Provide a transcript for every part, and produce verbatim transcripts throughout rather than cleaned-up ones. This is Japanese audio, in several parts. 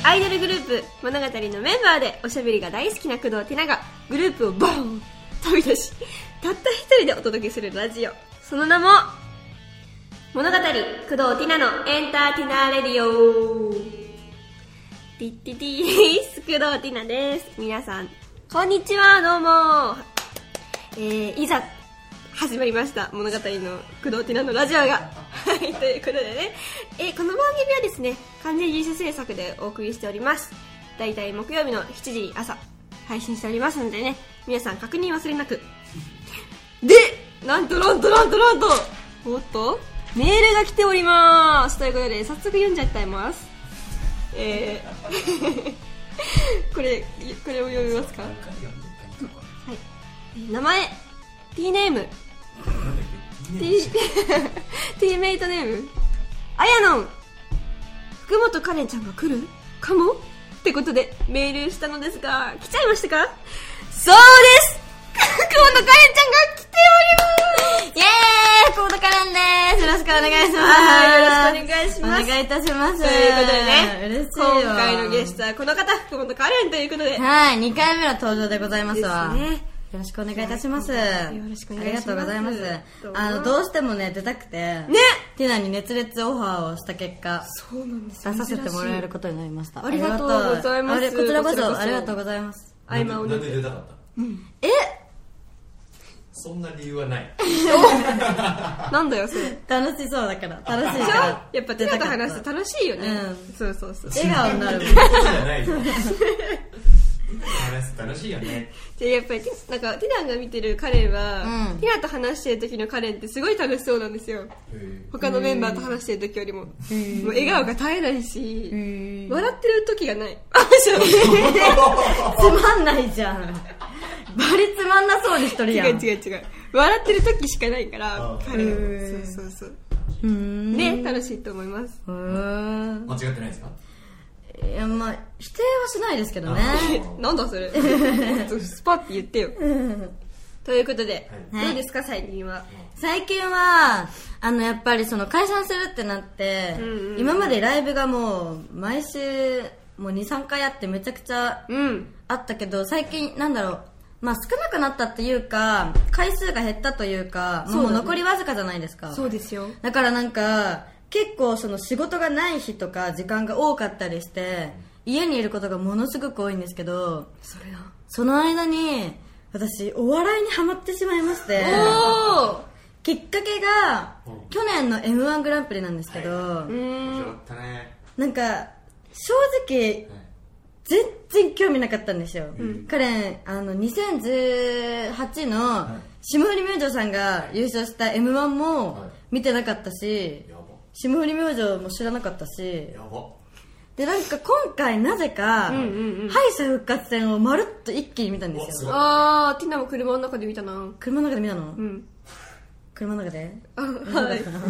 アイドルグループ物語のメンバーでおしゃべりが大好きな工藤ティナがグループをボーン飛び出したった一人でお届けするラジオ、その名も物語工藤ティナのエンターテイナーレディオ。ティッティティース、工藤ティナです。皆さんこんにちは、どうも。えー、いざ始まりました物語の工藤ティナのラジオがはいということでね、えー、この番組はですね完全自主制作でお送りしております。だいたい木曜日のしちじに朝配信しておりますのでね、皆さん確認忘れなく。で、なんとなんとなんとなんとおっとメールが来ておりますということで早速読んじゃっています。えー、これこれを読みますか。はい、名前 T ネーム T, T メイトネームあやのん、福本カレンちゃんが来るかもってことでメールしたのですが、来ちゃいましたか。そうです福本カレンちゃんが来ております。 イエーイ、福本カレンです。よろしくお願いします。 はい、よろしくお願いします。 お願いいたします。 ということでね、 嬉しいわ。 今回のゲストはこの方、福本カレンということで、 はい、にかいめの登場でございますわ。 ですね。 よろしくお願いいたします。よろしくお願いします。 ありがとうございます。 どうあの、どうしてもね、出たくて、ね、ティナに熱烈オファーをした結果、 そうなんですよ。 出させてもらえることになりました。 ありがとうございます。 あれ、こちらこそありがとうございます。 合間をなんで出たかった？ うん、えそんな理由はない。 なんだよそれ。 楽しそうだから、楽しいから。 やっぱティナと話すと楽しいよね。うん、そうそうそう。 笑顔になるもん。 そうじゃないよ。話す楽しいよね。 でやっぱりなんかティナが見てるカレンは、うん、ティナと話してる時のカレンってすごい楽しそうなんですよ。他のメンバーと話してる時よりも、もう笑顔が絶えないし、笑ってる時がない。 つまんないじゃん。バリつまんなそうにしとるやん。 違う違う違う。笑ってる時しかないからカレン。そうそうそう。うーんね、楽しいと思います。 間違ってないですか？ いや、まあ否定はしないですけどね。 なんだそれ。スパって言ってよ。ということで、はい、どうですか最近は。 最近はあのやっぱりその解散するってなって、うんうんうん、今までライブがもう毎週もう にさんかいあってめちゃくちゃあったけど、うん、最近なんだろう、まあ少なくなったっていうか回数が減ったというか、もう残りわずかじゃないですか。 そうですよ。 だからなんか結構その仕事がない日とか時間が多かったりして家にいることがものすごく多いんですけど、 それはその間に私お笑いにハマってしまいまして、きっかけが去年の エムワン グランプリなんですけど、はい、 面白かったね。 なんか正直全然興味なかったんですよ、うん、彼あのにせんじゅうはちの霜降り明星さんが優勝した エムワン も見てなかったし、霜降り明星も知らなかったし、 やばでなんか今回なぜか、うんうんうん、敗者復活戦をまるっと一気に見たんですよ。 あー、ティナも車の中で見たな。 車の中で見たの？うん。車の中で？あ、はい。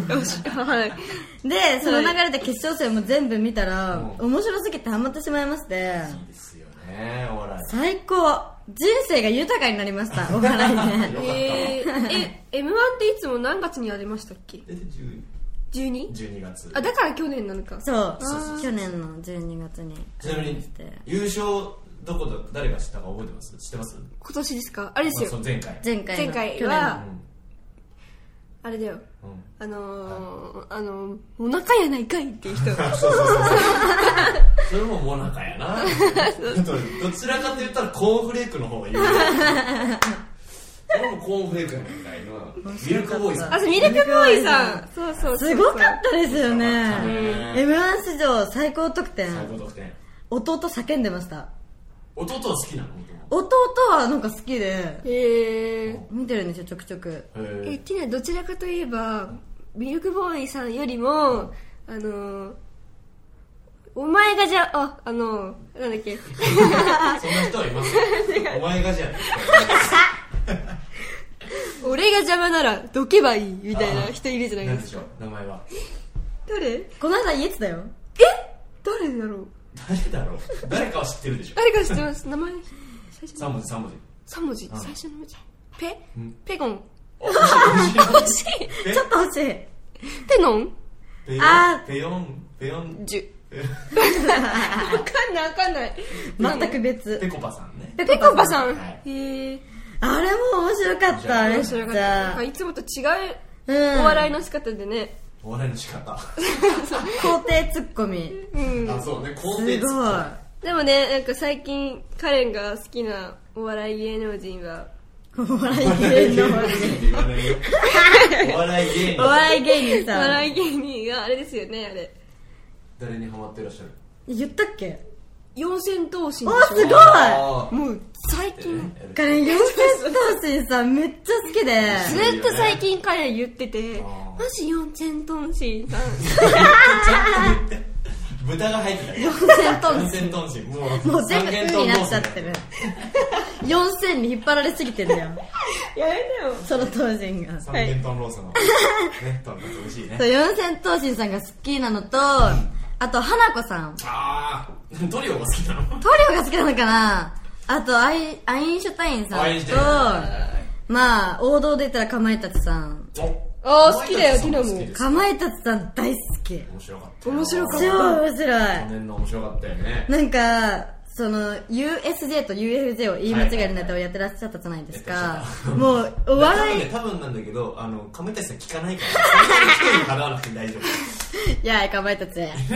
よし、はい。で、その流れで決勝戦も全部見たら、はい、面白すぎてハマってしまいまして。 いいですよね、お笑い。 最高。人生が豊かになりました、お笑いで。 えー、え、エムワン っていつも何月にやりましたっけ？じゅうに? じゅうにがつ。 あ、だから去年なのか。 そう去年のじゅうにがつに。 ちなみに優勝どこだ誰が知ったか覚えてます？知ってます？ 今年ですか？あれですよ、 まあ、前回前回前回は、 うん、 あれだよ、うん、あのーはい、あのー、お腹やないかいっていう人。そうそうそうそうそれももなかやな。どちらかと言ったらコーンフレークの方が有名。それもコーンフレークみたいなミルクボーイさん。 あ、そう、ミルクボーイさん。そうそうそう。 すごかったですよね。エムワン 史上最高得点。 最高得点。 弟叫んでました。 弟は好きなの？ 弟はなんか好きで、 へー、 見てるんですよ、ちょくちょく。 え、ティナどちらかといえばミルクボーイさんよりも、あのー、お前がじゃああのー、なんだっけ。 そんな人はいますお前がじゃ俺が邪魔ならどけばいいみたいな人いるじゃないですか。 名前は誰？ この間言ってたよ。 え？誰だろう？ 誰だろう？誰かは知ってるでしょ。 誰か知ってます。名前さん文字さん文字さん文字、最初の文字。ペ？ペゴン。 欲しい。ちょっと欲しい。 ペノン？ あー、ペヨンペヨンジュ。 わかんないわかんない。 全く別。 ぺこぱさんね。 ぺこぱさん。 はい、 へえ。 あれも面白かった。 面白かった。いつもと違うお笑いの仕方でね。 お笑いの仕方。 肯定ツッコミ。 うん。あ、そうね、肯定ツッコミ。 でもね、なんか最近カレンが好きなお笑い芸能人はお笑い芸能人お笑い芸人お笑い芸人さんお笑い芸人があれですよね。あれ誰にハマってらっしゃる？ 言ったっけ？ 四千頭身でしょ。 お、すごい。 もう最近カレン四千頭身さんめっちゃ好きでずっと最近カレン言ってて、マジ四千頭身さん豚が入ってたよ。 四千頭身四千頭身もうもう全部風になっちゃってる。四千に引っ張られすぎてるよ。 やめてよ。 その頭身が三元豚ロースのね、豚が美味しいね。 そう、四千頭身さんが好きなのと、あと花子さん。 ああ、トリオが好きなの？ トリオが好きなのかな。あとアイアインシュタインさんと、まあ王道で言ったらかまいたちさん。 ああ、好きだよ、ティナも。 かまいたちさん大好き。 面白かった。 面白かった。 超面白い。 去年の面白かったよね。 なんか、その ユーエスジェー と ユーエフジェー を言い間違いのネタをやってらっしゃったじゃないですか。もう、お笑い。 多分なんだけど、あの、かまいたちさん聞かないから、そんなに一人に払わなくて大丈夫。 いやー、かまいたち。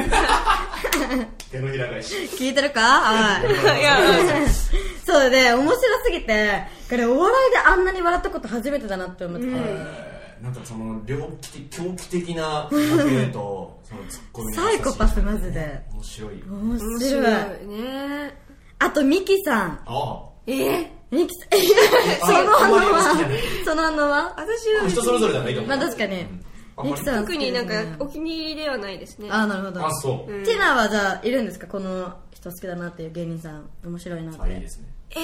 手のひら返し。 聞いてるか？はい。いや、そうで、面白すぎて、これお笑いであんなに笑ったこと初めてだなって思って。 なんかその猟奇的狂気的なボケとそのツッコミのサイコパスマジで面白いよ。 面白いね。 あとミキさん。 ああ。 ええ。 ミキさん。その反応はその反応は私は人それぞれだね。 まあ確かに。ミキさん特になんかお気に入りではないですね。 ああ、なるほど。 あ、そう。 ティナはじゃあいるんですか？この人好きだなっていう芸人さん面白いなって。 あ、いいですね。 ええ。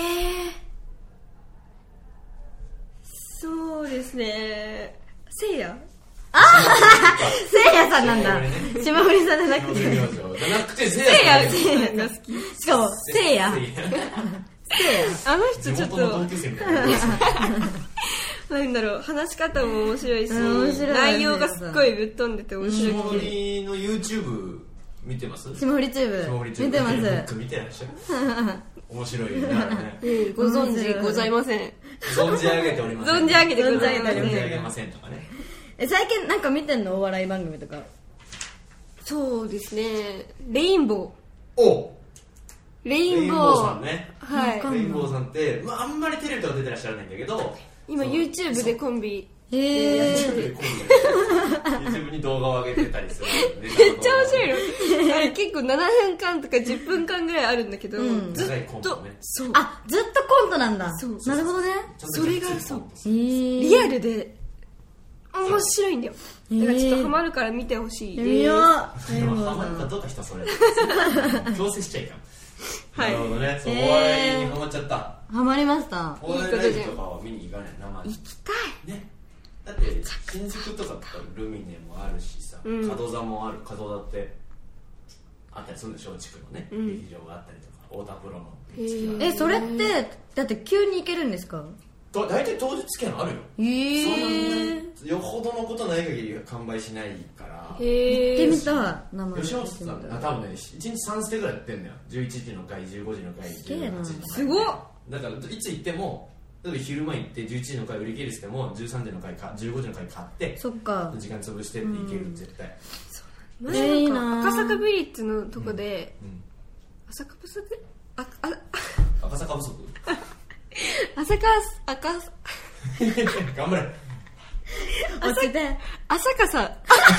そうですね。せいや。 ああ、せいやさんなんだ。霜降りさんじゃなくて。 じゃなくて、せいや。せいやが好き。 しかも、せいや。せいや。 あの人ちょっと。 地元の同級生みたいな。 なんだろう、話し方も面白いし、内容がすっごいぶっ飛んでて面白い。 霜降りの YouTube 見てます？ 霜降りチューブ。見てます。 見てらっしゃる。面白いよね。 ご存知ございません。 存じ上げておりません。 存じ上げてございません。 存じ上げませんとかね。 え、最近なんか見てんの？お笑い番組とか。 そうですね。レインボー。おレインボーさんね。 はい。 レインボーさんって、まああんまりテレビとか出てらっしゃらないんだけど、 今 YouTube でコンビ。 へー。 YouTube でコンビ。YouTube に動画を上げてたりする。 めっちゃ面白いの。あれ結構ななふんかんとかじゅっぷんかんぐらいあるんだけど、ずっと、 そう。 あ、ずっとコントなんだ。 そう。 なるほどね。 それがそう。 リアルで面白いんだよ。だからちょっとハマるから見てほしいです。 いやー。ハマるかどうか人それ。強制しちゃいかん。 はい。 なるほどね。そう、お笑いにハマっちゃった。 ハマりました。 お笑いライブとかは見に行かない生に。行きたい。 ね。だって新宿とかだったらルミネもあるしさ、門座もある。門座ってあったりするんでしょ、松竹のね。劇場があったりとか、太田プロの。 え、それってだって急に行けるんですか？ 大体当日券あるよ。 へー。よほどのことない限り完売しないから。 へー。行ってみたい。生で。 吉本さん多分ね、いちにちさんステぐらいやってんだよ。じゅういちじの回、じゅうごじの回、じゅうはちじの回。 すごっ。 だからいつ行っても、例えば昼間行ってじゅういちじの回売り切れててもじゅうさんじの回かじゅうごじの回買って、 そっか、 時間潰してって行ける、絶対。 そうなんか、えー、な赤坂ビリッジのとこで、うんうん、朝霞不足ああ赤坂不足朝霞赤頑張れ落ちて朝霞さん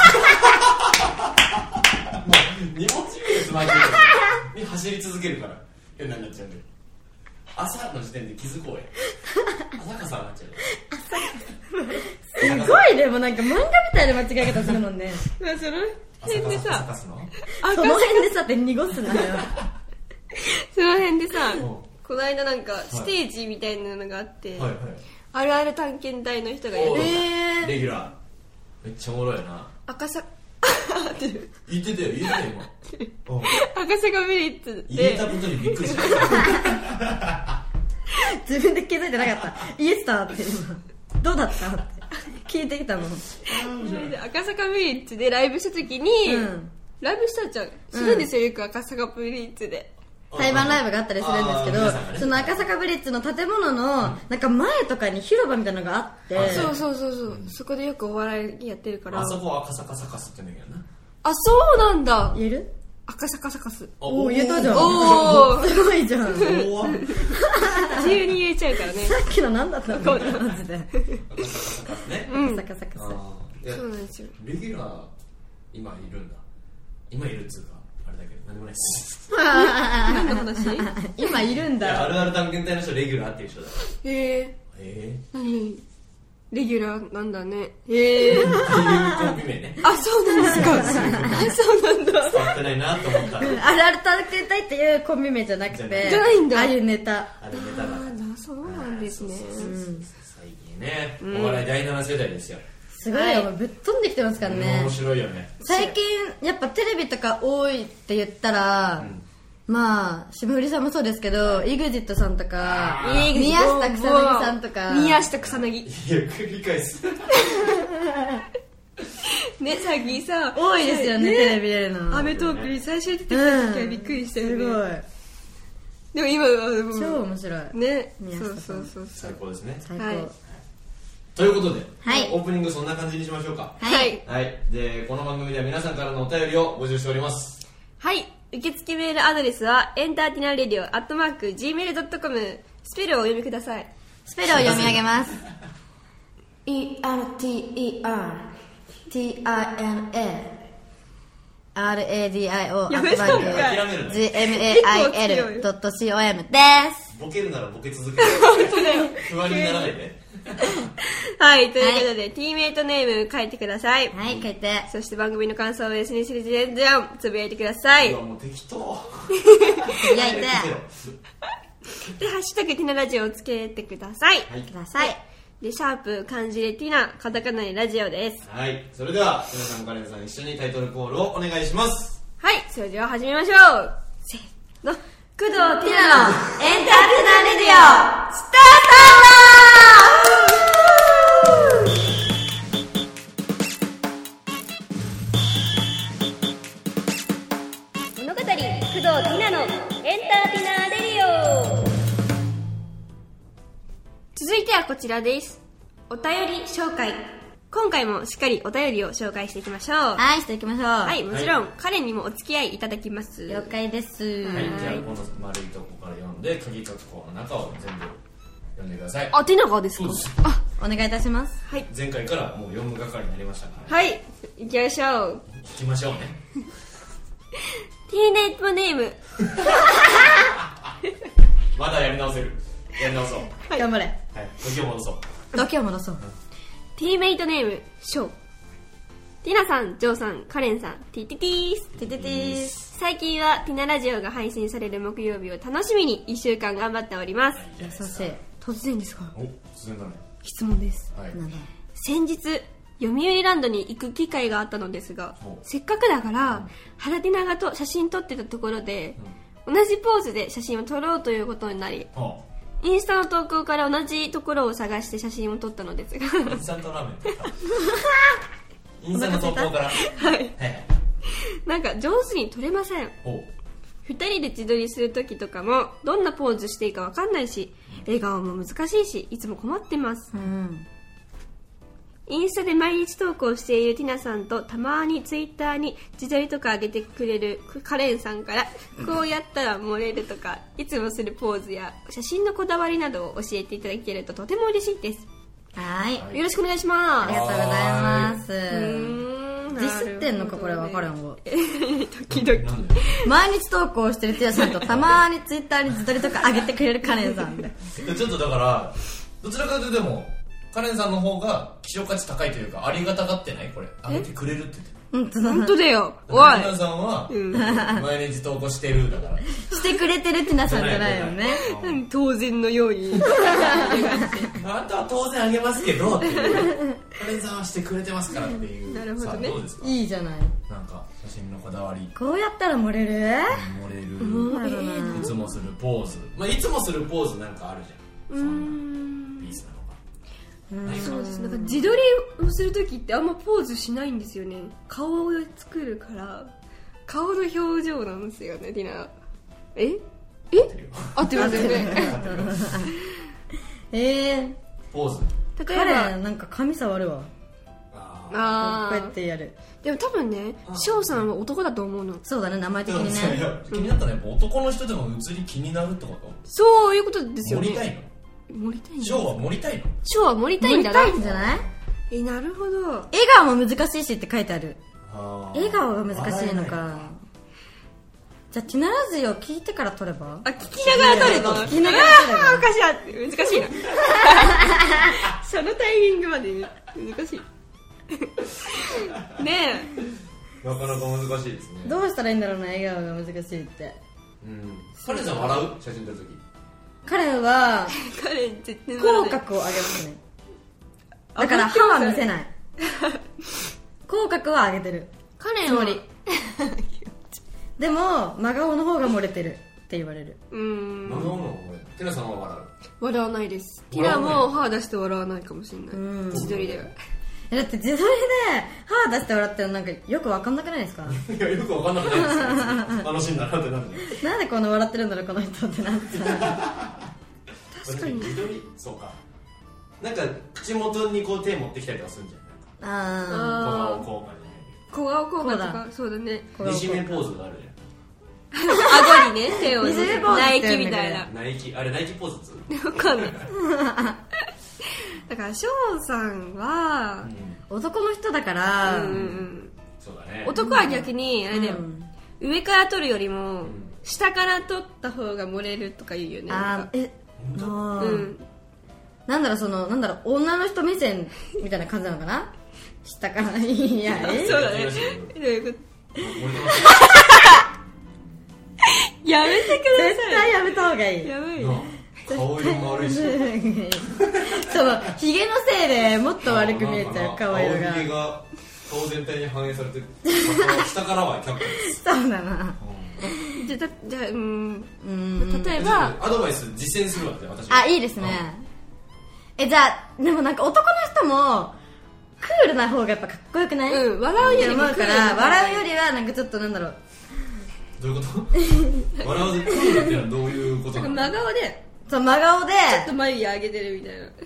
もうに文字目でつまんでるに走り続けるから変なになっちゃうんで朝の時点で気づこうや朝霞さんになっちゃうすごいでもなんか漫画みたいな間違い方するもんねまあその辺でさその辺でさって濁すなよその辺でさこの間なんかステージみたいなのがあって、はいはいはい、あるある探検隊の人がやっててレギュラーめっちゃおもろいな赤坂言ってたよ言ってたよ今赤坂ビリッツで言えたことにびっくりした自分で気づいてなかったイエスターって今どうだったって聞いてきたもん赤坂ビリッツでライブした時に、うん、 ライブしたじゃんするんですよ、よく赤坂ブリッツで対バンライブがあったりするんですけど、ね、その赤坂ブリッツの建物のなんか前とかに広場みたいなのがあって、 うん、そうそうそうそう、うん、そこでよくお笑いやってるから。 あそこは赤坂サカスって言うんだけどな。 あ、そうなんだ。 言える？ 赤坂サカス。 おお、言えたじゃん。 おお、 すごいじゃん。 自由に言えちゃうからね。 さっきの何だったのマジで。 赤坂サカスね。 赤坂サカス。 そうなんですよ。レギュラー今いるんだ。今いるっつうかあれだけど何もないです。 何の話？ 今いるんだ。 あるある探検隊の人レギュラーっていう人だ。 へえ。 えー。何？レギュラーなんだね。へえ。っていうコンビ名ね。 あ、そうなんですか。あ、そうなんだ。 伝わってないなと思った。あるある探検隊っていうコンビ名じゃなくて。 じゃないんだ。 ああいうネタ。 あれネタだ。 あ、そうなんですね。 最近ね、お笑いだいなな世代ですよ。 すごいよ、ぶっ飛んできてますからね。 面白いよね。 最近やっぱテレビとか多いって言ったら、まあ霜降りさんもそうですけど、イグジットさんとか宮下草薙さんとか。 宮下草薙。 いや、繰り返す。 ね、最近さ多いですよね、テレビ出るの。 アメトークに最初に出てきた時はびっくりしたよね。 すごい。 でも今は超面白いね。そうそうそう、 最高ですね。 最高。 ということで、 はい、 オープニングそんな感じにしましょうか。 はい、 はい、でこの番組では皆さんからのお便りを募集しております。 はい、受付メールアドレスはエンターティナーレディオアットマーク ジーメールドットコム。 スペルをお読みください。 スペルを読み上げます。 イーアールティーイーアールティーアイエヌエーアールエーディーアイオー アットマーク ジーエムエーアイエルドットコム です。 ボケるならボケ続ける。不安にならないで。 はい、ということで、はい、ティーメイトネーム書いてください。 はい、書いて。 そして番組の感想を エスエヌエス で全然つぶやいてください。 うわ、もう適当。 つぶやいて。 で、ハッシュタグティナラジオをつけてください。 はい、ください。 で、シャープ漢字でティナ、カタカナでラジオです。 はい、それでは皆さん、カレンさん一緒にタイトルコールをお願いします。 はい、それでは始めましょう。せーの、工藤ティナのエンターテイナーレディオスタート物語、工藤ティナのエンターテイナーレディオ。続いてはこちらです。お便り紹介。今回もしっかりお便りを紹介していきましょう。 はい、していきましょう。 はい、もちろん、はい、彼にもお付き合いいただきます。 了解です。 はい、じゃあこの丸いとこから読んで、鍵括弧の中を全部読んでください。 あ、ティナがですか？ あ、お願いいたします。 はい。 前回からもう読む係になりましたから、 ね。はい、行きましょう。 行きましょうね。 ティーネットネーム。 まだやり直せる。やり直そう。 はい、頑張れ。 はい、時を戻そう。 時を戻そう。 ティーメイトネーム、ショウ。ティナさん、ジョーさん、カレンさん、ティティティース。 ティティティース。 最近はティナラジオが配信される木曜日を楽しみにいっしゅうかん頑張っております。 優しい。 突然ですか？ お、突然だね。 質問です。 はい。 先日、読売ランドに行く機会があったのですが、せっかくだから、うん、原ティナがと写真撮ってたところで、うん、同じポーズで写真を撮ろうということになり、うん、インスタの投稿から同じところを探して写真を撮ったのですが、 インスタントラーメンとかインスタの投稿からはい、なんか上手に撮れません。ふたりで自撮りするときとかもどんなポーズしていいかわかんないし、笑顔も難しいし、いつも困ってます。うん、インスタで毎日投稿しているティナさんと、たまにツイッターに自撮りとか上げてくれるカレンさんから、こうやったら盛れるとか、いつもするポーズや写真のこだわりなどを教えていただけるととても嬉しいです。 はい、 よろしくお願いします。 ありがとうございます。うーん、ディスってんのかこれ分からんわ。 時々 毎日投稿してるティナさんと、たまにツイッターに自撮りとか上げてくれるカレンさんでちょっとだからどちらかというと、でもカレンさんの方が希少価値高いというか、ありがたがってない？これ上げてくれるって言って本当だよ。おい、 ティナさんは、うん、毎日投稿してるだからしてくれてるティナさんじゃないよね。 当然のようにあんたは当然あげますけどっていうカレンさんはしてくれてますからっていう。 なるほどね。 どうですか？ いいじゃない。 なんか写真のこだわり。 こうやったら盛れる？ 盛れる。いつもするポーズ。まあいつもするポーズなんかあるじゃん。うーん。ピースなのか。 そうです。なんか自撮りをするときってあんまポーズしないんですよね。顔を作るから顔の表情なんですよね、ティナ。ええ合ってますよね。 えー、 ポーズ。 例えば彼なんか髪触るわ。 あこうやってやる。 でも多分ね、翔さんは男だと思うの。 そうだね、名前的にね。 気になったらやっぱ男の人でも映り気になるってこと？ そういうことですよね。 盛りたいの？ 盛りたいんだ。 翔は盛りたいの？ 翔は盛りたいんだな。 盛りたいんじゃない？ え、なるほど。 笑顔も難しいしって書いてある。笑顔が難しいのか。じゃあティナラジオ聞いてから撮れば？ あ、聞きながら撮れば？ 聞きながら撮れば。 あー、おかしいな。難しいな。そのタイミングまで難しい。ねえ。なかなか難しいですね。 どうしたらいいんだろうな、笑顔が難しいって。 うん。カレンさん笑う？写真撮るとき。 カレンはカレン絶対口角を上げますね。だから歯は見せない。口角は上げてる。 カレンはでも真顔の方が漏れてるって言われる。 うーん。 真顔の方が漏れる。ティナさんは笑う？ 笑わないです。ティナも歯出して笑わないかもしれない。自撮りでは。 だって自撮りで歯出して笑ってるのなんかよく分かんなくないですか？ いや、よく分かんなくないですよ。楽しいんだなってなるね。 なんでこんな笑ってるんだろうこの人ってなってた。 確かに自撮り、そうか。なんか口元にこう手持ってきたりとかするんじゃない？ ああ、小顔効果じ小顔効果とか、そうだね。 ゃない？にじめポーズがあるじゃん。顎にね、手をにじめポーズナイキみたいな。 ナイキ、あれナイキポーズつ？ わかんない。だから翔さんは、 うん、男の人だから、 うんうん、そうだね。 男は逆にあれだよ、うん、上から撮るよりも、うん、下から撮った方が漏れるとか言うよね。 あー、え、 うん、 なんだろう、そのなんだろう、女の人目線みたいな感じなのかな。下からいやえそうだね。やめてください。 絶対やめた方がいい。 やばい。 顔色も悪いし。 そのヒゲのせいでもっと悪く見えちゃう顔色が。 顔ヒゲが顔全体に反映されて、下からは却下です。 そうだな。 じゃあじゃあうん例えばアドバイス実践するわって私。 あ、いいですね。え、じゃあでもなんか男の人もクールな方がやっぱかっこよくない？ うん、笑うよりも思うから笑うよりはなんかちょっとなんだろう。 どういうこと？笑うでクールっていうのはどういうことなの？ 真顔で。 そう、真顔でちょっと眉毛上げてるみたいな。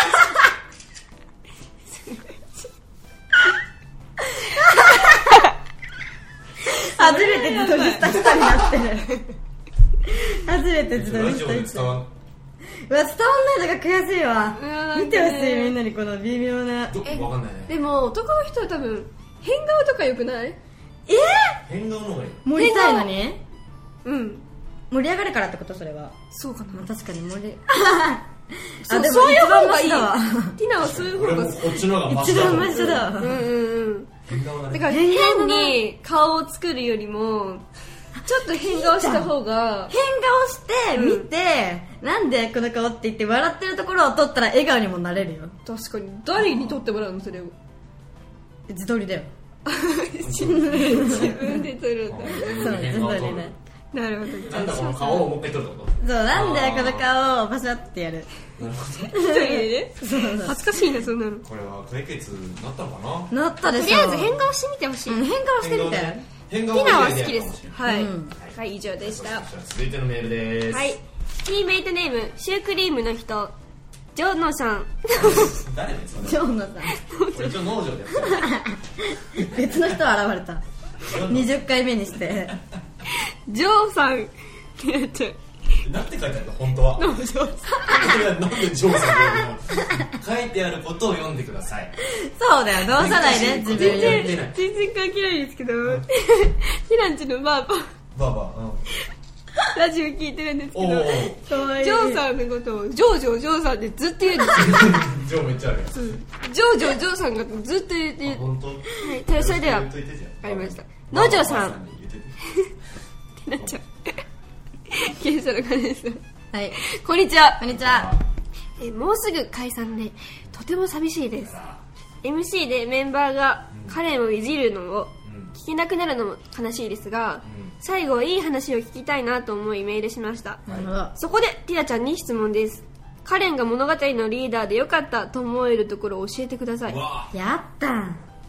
初めて自撮りした人になってる。初めて自撮りした人。うわ、伝わんないのが悔しいわ。見てほしい、みんなにこの微妙な。 どこわかんないね。 でも男の人は多分変顔とか良くない？ えー、変顔の方がいい。 盛りたいのに？ うん。 盛り上がるからってこと？それはそうかな。 確かに盛りあ、でもそういう方がいい。ティナはそういう方がこっちの方がマシだ。一番マシだ。 うんうんうん。だから変に顔を作るよりもちょっと変顔した方が。 変顔して見て、うん、なんでこの顔って言って笑ってるところを撮ったら笑顔にもなれるよ。 確かに。誰に撮ってもらうのそれを？ 自撮りだよ。 自分で撮るんだ。 そう、自撮りだ。 なるほど。 なんだこの顔をもう一回撮るってこと？ そう、なんでこの顔をバシャってやる。 なるほど。 一人でね。恥ずかしいな、そんなの。 これは解決なったのかな？ なったでしょ。 とりあえず変顔してみてほしい。 うん、変顔してみて。 変顔ティナは好きです。はい、 うん、 はい、以上でした。 続いてのメールです。 はい。ティーメイトネームシュークリームの人、ジョーノさん。 誰ですか？ ジョーノさん。 これ一応農場でやってる。 別の人現れた。にじゅっかいめにして。 ジョーさんってなっちゃう。 なんて書いてあるの本当は？農場さん。これはなんでジョーさんって書いてあることを読んでください。 そうだよ、どうさないね、自分全然全然関係ないですけど、ヒランチのバーババーバー、うん、 ラジオ聞いてるんですけど、ジョーさんのことをジョージョージョーさんってずっと言うんですよ。 ジョーめっちゃあるよ。 ジョージョージョーさんがずっと言って本当？ はい、それでは分かりました。農場さんってなっちゃう。ケイサのカネです。 はい、 こんにちは。 こんにちは。 えもうすぐ解散でとても寂しいです。 エムシー でメンバーが彼をいじるのを聞けなくなるのも悲しいですが、最後いい話を聞きたいなと思いメールしました。そこでティナちゃんに質問です。カレンが物語のリーダーでよかったと思えるところを教えてください。 やったん。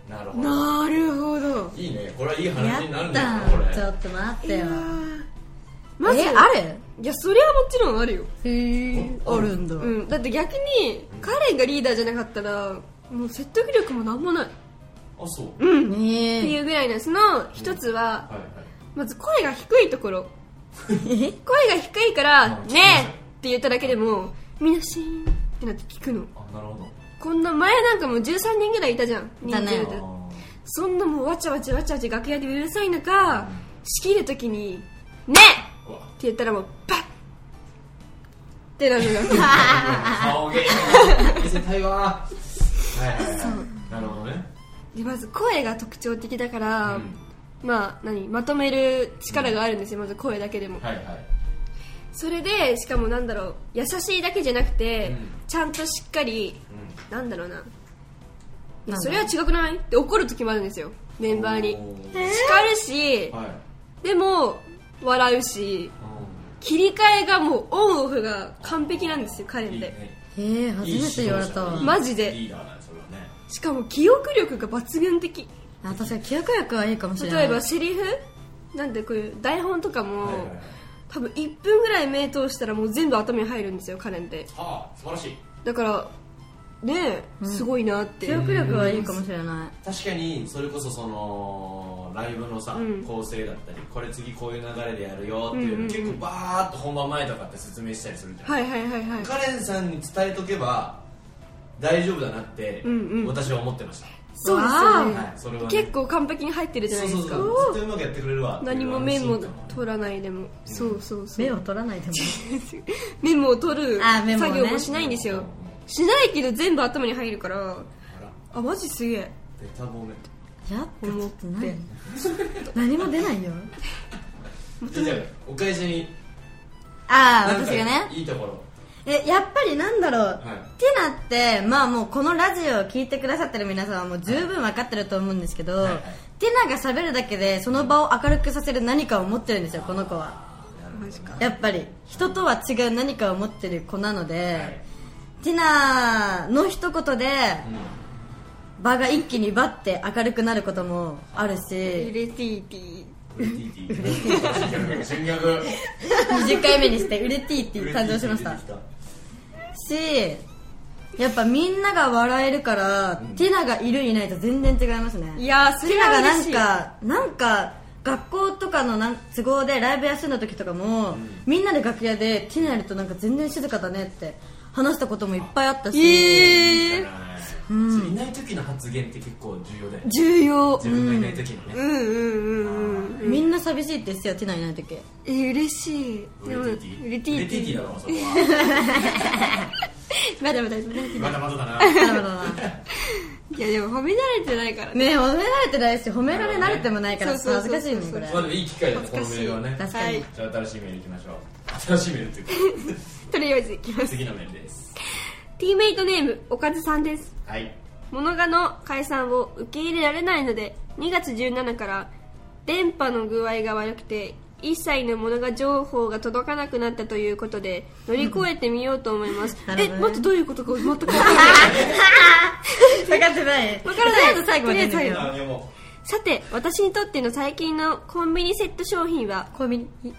なるほどなるほど。 いいね、これはいい話になるんだよやなこれ。 ったちょっと待ってよ。 まずえある？ いや、それはもちろんあるよ。 へえ、あるんだ。 うん、だって逆にカレンがリーダーじゃなかったらもう説得力もなんもない。 あ、そう。 うん、 ねえ。 っていうぐらいなんです。その一つは、 はいはい。 まず声が低いところ。声が低いからあ 「ねえ!」って言っただけでもみんなシーンってなって聞くの。 あ、なるほど。 こんな前なんかもうじゅうさんにんぐらいいたじゃん、人数で。 だねそんなもうわちゃわちゃわちゃわちゃ楽屋でうるさい中、仕切るときに「ねえ!」って言ったらもうパッってなるのが顔芸能見せたいわ。はいはいはい。なるほどね。 でまず声が特徴的だから、 うんまあ何まとめる力があるんですよ、まず声だけでも。 はいはい。 それでしかもなんだろう、優しいだけじゃなくて、 うんちゃんとしっかり、 うなんだろうな、いやなんだそれは違くないって怒る時もあるんですよ、メンバーに。 おー叱るし、 はい。 でも笑うし、切り替えがもうオンオフが完璧なんですよ、彼うん。いいで。 ね。 へえ、初めて言われたわ。 いいマジでリーダーだね、それはね。 しかも記憶力が抜群的。 あ、確かに記憶力はいいかもしれない。 例えばセリフなんでこういう台本とかも、 はいはいはい。 多分いっぷんぐらい目通したらもう全部頭に入るんですよ、彼って。 はあ、素晴らしい。 だからねえ、すごいなって。 記憶力はいいかもしれない。 確かにそれこそそのライブのさ、 うん構成だったりこれ次こういう流れでやるよっていうの、 うんうんうん結構バーッと本番前とかって説明したりするじゃん、 はいはいはいはい。 カレンさんに伝えとけば大丈夫だなってうんうん私は思ってました、 そうですよね、 はい、それはね結構完璧に入ってるじゃないですか。 そうそうそうずっとうまくやってくれるわっていう何もメモ安心感取らないでも、そうそうそう、 目を取らないでも。 メモを取るあメモね作業もしないんですよ。しないけど全部頭に入るから、 あらあマジすげえベタ褒めやったちょっと何何も出ないよ。 じゃあじゃあお返しにああ、 なんか私がね。 いいところえ、やっぱりなんだろう、 はいティナってまあもうこのラジオを聞いてくださってる皆さんはもう十分分かってると思うんですけど、 はいはいティナが喋るだけでその場を明るくさせる何かを持ってるんですよ、この子は。 マジか。 やっぱり人とは違う何かを持ってる子なので、 はいティナの一言で場が一気にバッて明るくなることもあるウし、 レティーティウレティーティーウレティーティー新逆にじゅっかいめにしてウレティーって誕生しましたし、やっぱみんなが笑えるから、 うんティナがいるいないと全然違いますね。 いやーそれティナがなんは嬉しい。 かなんか学校とかのなん都合でライブ休んだ時とかも、みんなで楽屋でティナやるとなんか全然静かだねって話したこともいっぱいあったし、 えー、 そういない時の発言って結構重要だよね。 重要。 自分がいない時のね、 うんうんうんうん。 みんな寂しいって言ってたよ、ティナいない時。 えー、嬉しい。 ウでもレティーティーウレティーティーだろそこはまだまだまだまだまだだななるほどな。 いやでも褒められてないからね。 ねえ、褒められてないし褒められ慣れてもないからそうそうそう恥ずかしいねこれ。 まあでもいい機会だねこのメールはね。 確かに、 はいじゃあ新しいメールいきましょう。新しいメールっていうかとりあえずいきます。 次のメールです。 ティーメイトネームおかずさんです。 はい。 モノガの解散を受け入れられないのでにがつじゅうしちにちから電波の具合が悪くて一切のモノガ情報が届かなくなったということで乗り越えてみようと思います。え、 なるほどね待ってどういうことか全く分からない。 分かってない分からないとりあえず最後までとりあえず最後あでもさて私にとっての最近のコンビニセット商品はコンビニ何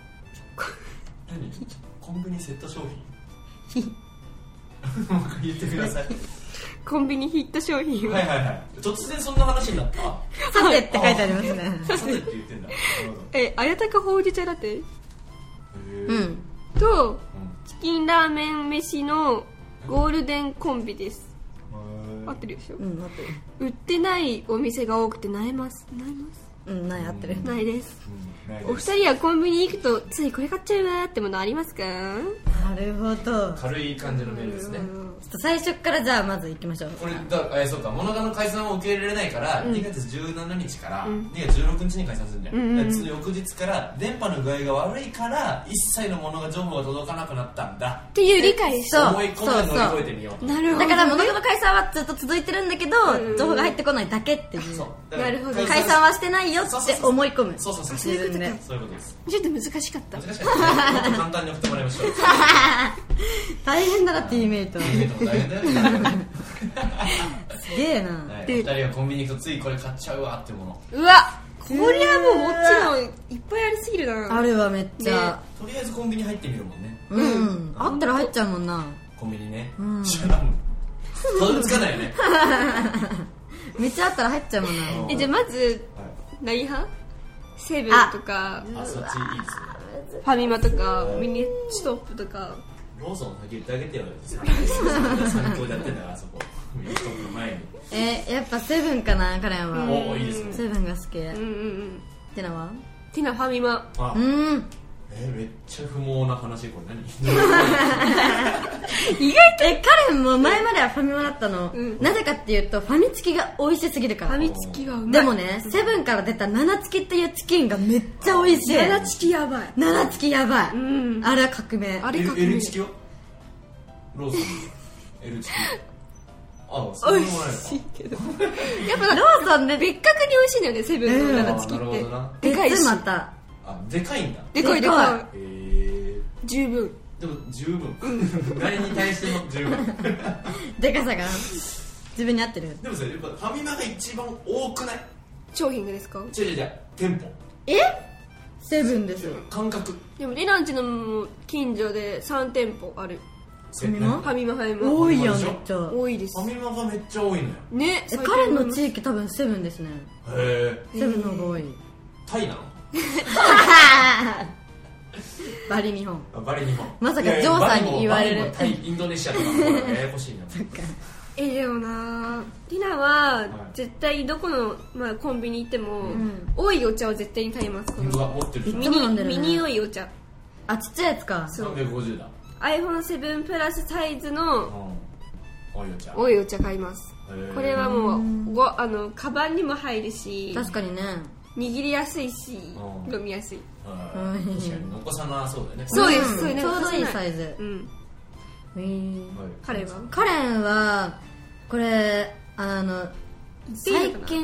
コンビニセット商品もう一回言ってください。 コンビニヒット商品は、 はいはいはい。突然そんな話になった。 さてって書いてありますね。 さてって言ってんだ。なるほど。 え綾鷹ほうじ茶ラテへうーん。 とうんチキンラーメン飯のゴールデンコンビです。合ってるでしょ、 うん、待ってる。 売ってないお店が多くて萎えます萎えますうん、ない、合ってる。 ないです。 うんないおです二人はコンビニ行くとついこれ買っちゃうわーってものありますか？ なるほど。 軽い感じのメールですね。 ちょっと最初からじゃあまず行きましょう。 これだえーそうか、モノガの解散を受け入れられないから、にがつじゅうしちにちからうんにがつじゅうろくにちに解散するんだよ、 うんうんうんでその翌日から電波の具合が悪いから一切のモノガ情報が届かなくなったんだっていう理解してそう思い込んで乗り越えてみようと。 なるほどだから、物の解散はずっと続いてるんだけど、 うん情報が入ってこないだけっていう。 そうだからなるほど解散はしてないよって思い込む。 そうそうそうそういうことか自分でそういうことです。 ちょっと難しかった。 難しかったね。もっと簡単に送ってもらいましょう。 大変だな、ティーメイト。 でも大変だよね。 すげえな、 はい、お二人はコンビニ行くとついこれ買っちゃうわってもの。 うわこりゃもうもちろんいっぱいありすぎるな。 あるわめっちゃ、 ね、とりあえずコンビニ入ってみるもんね。 うん、うん、あったら入っちゃうもんなコンビニね。 うん知らんたどり着かないよねめっちゃあったら入っちゃうもんな。 えじゃあまず何派？セブンとかあそっちいいですね。 ファミマとかミニストップとかローソン先言ってあげてよ。参考でやってんだからあそこミニストップの前に。 えー、やっぱセブンかなカレンは。 おおいいですね。 セブンが好き。うんうんうんテナはティナファミマ。 あうんえー、めっちゃ不毛な話これ何意外とえカレンも前まではファミマだったの、 うん、 なぜかっていうとファミチキが美味しすぎるから。 ファミチキはうまい。 でもねセブンから出たナナチキっていうチキンがめっちゃ美味しい。 ナナチキやばい。 ナナチキやばい、 うん、 あれは革命。 あれ革命。 L チキはローソン L チキあそうでもないのか。 美味しいけどやっぱローソンで別格に美味しいんだよねセブンのナナチキっなるほて、 どな。 でかいしまたあでかいんだ。 でかいでかい。 へえ十分。 でも十分何に対しても十分でかさが自分に合ってる。 でもさやっぱファミマが一番多くない？ 商品がですか？ 違う違う違う店舗えセブンですよ。 感覚。 でもリナンチの近所でさん店舗ある。 ファミマファミマファミマ多いよめっちゃ多いです。 ファミマがめっちゃ多いのよね。 えカレンの地域多分セブンですね。 へえセブンの方が多い。 タイなの？ バリ日本。 あバリ日本。 まさかジョーさんに言われる。 バリもタイインドネシアとかの方がややこしいなえでもなリナは絶対どこの、まあ、コンビニ行っても、うん、多いお茶を絶対に買います。この持ってるミニ、ね、ミニ多いお茶。 あちっちゃいやつか。 さんびゃくごじゅうだ。 アイフォンセブン プラスサイズの、うん、 多いお茶多いお茶買います。これはもうごあのカバンにも入るし確かにね握りやすいし飲みやすい。 確かに残さなそうだよね。 そうです、 うん、ちょうどいいサイズ。 うんえー、 カレンはカレンはこれあの最近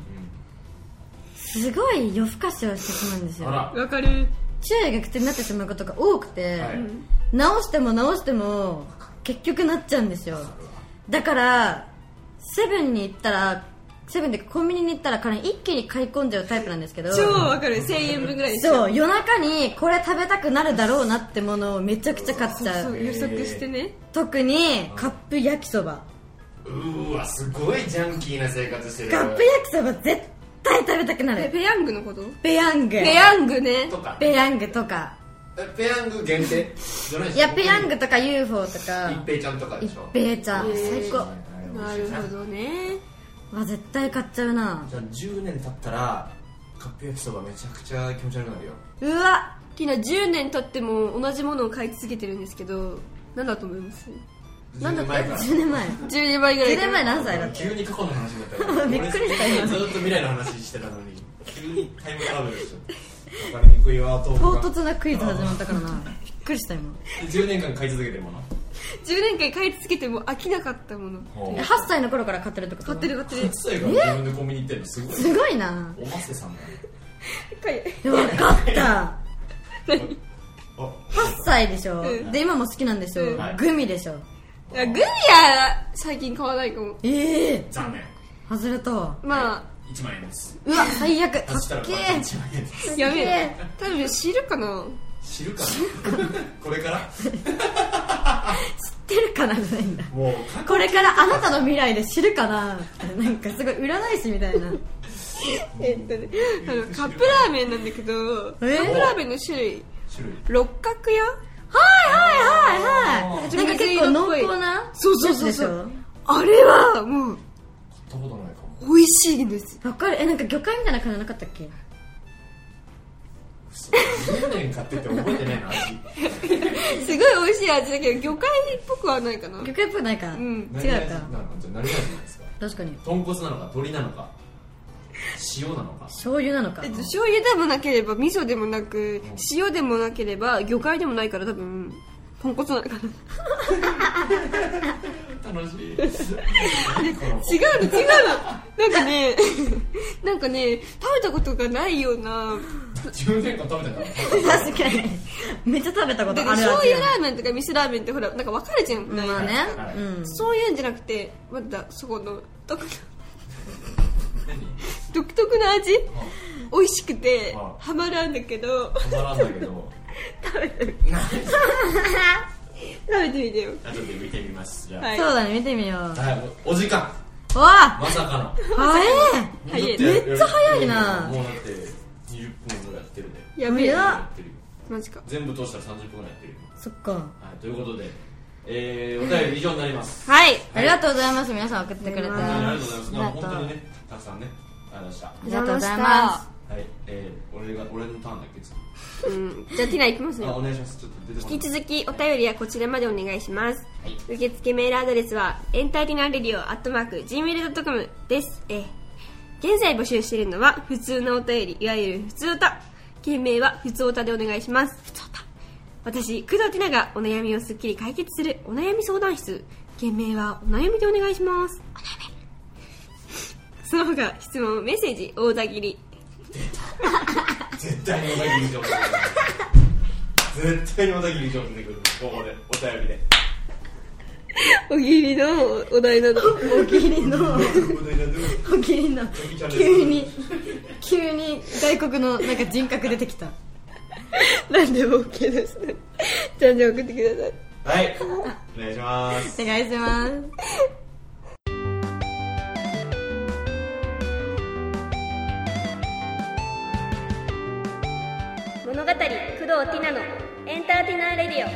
すごい夜更かしをしてしまうんですよ。 わかる。 昼夜逆転になってしまうことが多くて、はい、直しても直しても結局なっちゃうんですよ。だからセブンに行ったらセブンでコンビニに行ったら彼一気に買い込んじゃうタイプなんですけど、 超わかる。せんえんぶんぐらいでしょ。 そう夜中にこれ食べたくなるだろうなってものをめちゃくちゃ買っちゃう。 そうそう予測してね。 特にカップ焼きそば。 うーわすごいジャンキーな生活してる。 カップ焼きそば絶対食べたくなる。 ペヤングのこと？ ペヤングペヤングね。 とかペヤングとかペヤング限定じゃないですか。 いやペヤングとか ユーフォー とか一平ちゃんとかでしょ。 一平ちゃん最高。 なるほどね。 わ絶対買っちゃうな。 じゃあじゅうねん経ったらカップ焼きそばめちゃくちゃ気持ち悪くなるよ。 うわティナじゅうねん経っても同じものを買い続けてるんですけど何だと思います？ じゅうねんまえからじゅうねんまえじゅうねんまえぐらいじゅうねんまえ何歳だった？ 急に過去の話になったからびっくりした今ずっと未来の話してたのに急にタイムトラベルでしょ。分かりにくいわ。唐突なクイズ始まったからなびっくりした今。 じゅうねんかん買い続けてるものじゅうねんかん買い続けても飽きなかったもの。 はっさいの頃から買ってるってこと？ 買ってる買ってる。 はっさいから自分でコンビニ行ってるのすごい。 すごいな。 おませさんだね。 分かった何はっさいでしょ、うん、で今も好きなんでしょ、うん、グミでしょ。 いやグミは最近買わないかも。 ええー、 残念外れたわ。 まあいちまんえんです。 うわ最悪。 足したらいちまんえんです。 やべえ多分知るかな。 知るかなこれから知ってるかなじゃないんだ。 もうこれからあなたの未来で知るかななんかすごい占い師みたいなえっとねあのカップラーメンなんだけど、カップラーメンの種類種類六角屋。 はいはいはいはい。なんか結構濃厚なそうそうそうそうあれはもう買ったことないかも。美味しいんです。 わかる。えなんか魚介みたいな感じなかったっけ？ じゅうねん買ってて覚えてないの味すごい美味しい味だけど魚介っぽくはないかな。 魚介っぽくないか、うん、違うか。 何味なのかじゃあ何味なんですか？ 確かに豚骨なのか鶏なのか塩なのか醤油なのか。 えっと醤油でもなければ味噌でもなく塩でもなければ魚介でもないから多分豚骨なのかな悲しい。 違うの違うの。なんかね、なんかね、食べたことがないような。 じゅうねんかん食べたから確かにめっちゃ食べたことある。 醤油ラーメンとか味噌ラーメンってほらなんか分かるじゃん。 まあね、 はい、 うん、 そういうんじゃなくてまだそこの独独特な味、美味しくてハマらんだけど、 ハマらんだけど食べてみ食べてみてよ。 後で見てみます。じゃあ、 はい、そうだね、見てみよう。 はい、お時間。 おわまさかの早い。 早い。 めっちゃ早いな。 もうだってにじゅっぷんぐらいやってるね。 やべえやってるよ。 マジか。 全部通したらさんじゅっぷんぐらいやってるよ。 そっか。 はい、ということで、えー、お便り以上になります。 はい、 ありがとうございます。皆さん送ってくれて、 本当にありがとうございます。 ありがとう本当にね、たくさんね、ありがとうございました。 ありがとうございます。 はい、えー、俺が俺のターンだっけ次。 うん、じゃあティナいきますあ、 よ。 お願いします。ちょっと出てこない。 引き続きお便りはこちらまでお願いします。 はい、 受付メールアドレスはエンターテイナーレディオアットマーク ジーメールドットコム です。えー、現在募集しているのは普通のお便り、いわゆる普通おた。件名は普通おたでお願いします。普通おた。私、工藤ティナがお悩みをすっきり解決するお悩み相談室。件名はお悩みでお願いします。お悩み。その他質問、メッセージ、大田切り。 絶対に小田切城出てくる。絶対に小田切城出てくる。ここでお便りで。 おぎりのお題など。 おぎりのおぎりの急に急に外国のなんか人格出てきた。 何でも OK ですね。じゃんじゃん送ってください。 はい、お願いします。 お願いします。 物語工藤ティナのエンターテイナーレディオ。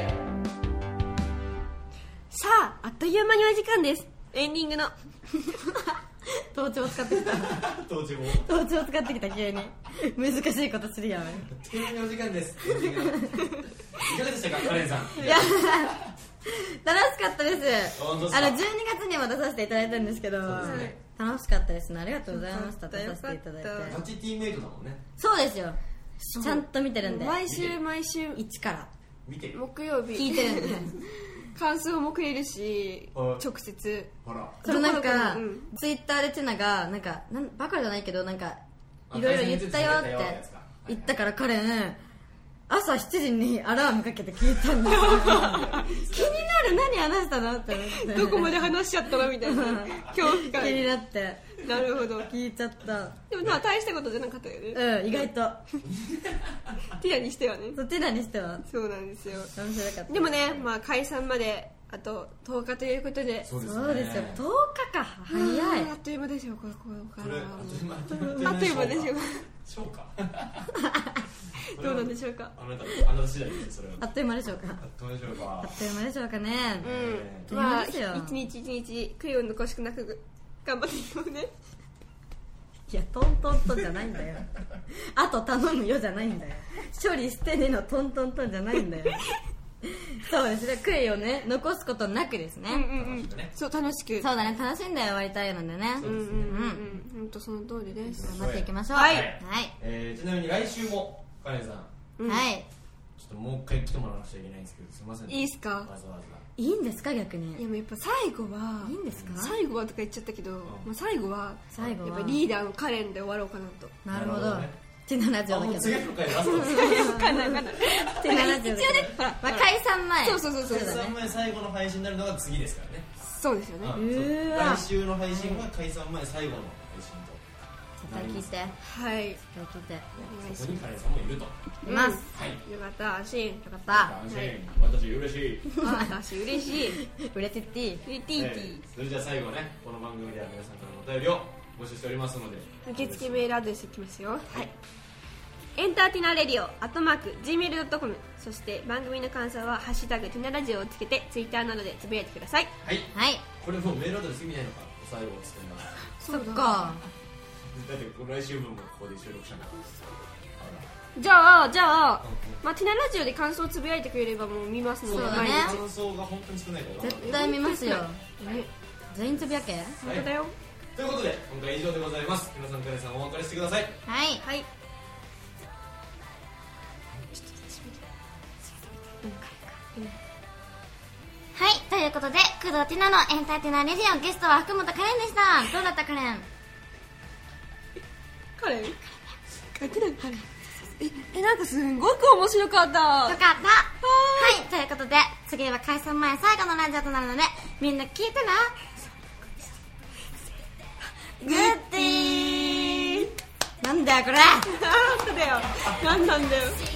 さあ、あっという間にお時間です。エンディングの盗聴使ってきた。 当時も盗聴使ってきた。急に難しいことするやん。 手紙のお時間です。いかがでしたか、カレンさん。 いや楽しかったです。 本当ですか。 あのじゅうにがつにも出させていただいたんですけど、 そうですね、 楽しかったですね。ありがとうございました。出させていただいて。 ガチティーメイトだもんね。 そうですよ。ちゃんと見てるんで、 毎週毎週一から見てる。 木曜日聞いてるんで感想もくれるし、 はい直接ほら。 そのなんか、 うん、 ツイッターでティナがなんかなんバカじゃないけどなんかいろいろ言ったよって言ったから彼朝しちじにアラームかけて聞いたんですよ。気になる、何話したのって思ってどこまで話しちゃったのみたいな恐怖感。 気になってなるほど。 聞いちゃった。 でもまあ大したことじゃなかったよね。 うん、意外とティナにしてはね。 そう、ティナにしてはそうなんですよ。 面白かった。 でもね、まあ解散まであととおかということで、 そうですね。 そうですよ、とおかか。早い。 あっという間ですよ、これこれかこれら。 あっという間あっという間ですよ。 そうか。 どうなんでしょうか。 あなたあなた次第ですそれは。 あっという間でしょうか。 あっという間でしょうか。 あっという間でしょうかね。 うん。 あまあっという間ですよ一日一日悔いを残しくなく頑張っていこうね。 いや、トントントンじゃないんだよ。あと頼むよじゃないんだよ。処理してねのトントントンじゃないんだよ。そうですね、悔いをね残すことなくですね。 うんうんうん。そう、楽しく。 そうだね、楽しんで終わりたいのでね。 そうですね。 うん。本当その通りです。 頑張っていきましょう。 はいはい。 えー、ちなみに来週もカレンさんうんはい。 ちょっともう一回来てもらわなくちゃいけないんですけど、すみませんね。 いいっすか。 わざわざ。 いいんですか、逆に。 いやもうやっぱ最後はいいんですか。 最後はとか言っちゃったけど、まあ最後は最後はやっぱリーダーのカレンで終わろうかなと。 なるほどなるほどね。 ティナラジオあ、もうだけど。 次の回ラストです。 かなかな。 ティナラジオだけど。 ほらまあ解散前。 そうそうそうそうだね解散前最後の配信になるのが次ですからね。 そうですよね。 うんそううーわ来週の配信は解散前最後の配信と絶対聞いて。 はい。 絶対聞いて。 お願いしそこにカレンさんもいると。 います。 はい。 よかった、安心。 よかった。 安心。私嬉しい。 あ、私嬉しい。 売れてっていい。 フリティーティえーそれじゃあ最後ね、この番組では皆さんからのお便りを募集しておりますので、 ー。受付メールアドレスいきますよ。はい。エンターティナーレディオアットマーク ジーメールドットコム、 そして番組の感想はハッシュタグティナラジオをつけてツイッターなどでつぶやいてください。 はい。 はい。 これもうメールアドレス意味ないのか、最後をつけるのは。 そっか。 だってこの来週分もここで収録したんだから。 じゃあじゃあ、まあ、ティナラジオで感想をつぶやいてくれればもう見ますので、 そうだね毎日。 感想が本当に少ないから。 絶対見ますよ。 ね、 全員つぶやけ。 本当だよ。 ということで今回以上でございます。皆さんカレンさんお別れしてください。 はい。 はい。 はい。 ということで工藤ティナのエンターテイナーレディオ、ゲストは福本カレンでした。どうだったカレン？ カレン？カレン？カレン？え、え、なんかすんごく面白かった。よかった。はい、ということで次は解散前最後のラジオとなるのでみんな聞いてな。グッディー。なんだよこれ。 なんだよ。なんなんだよ。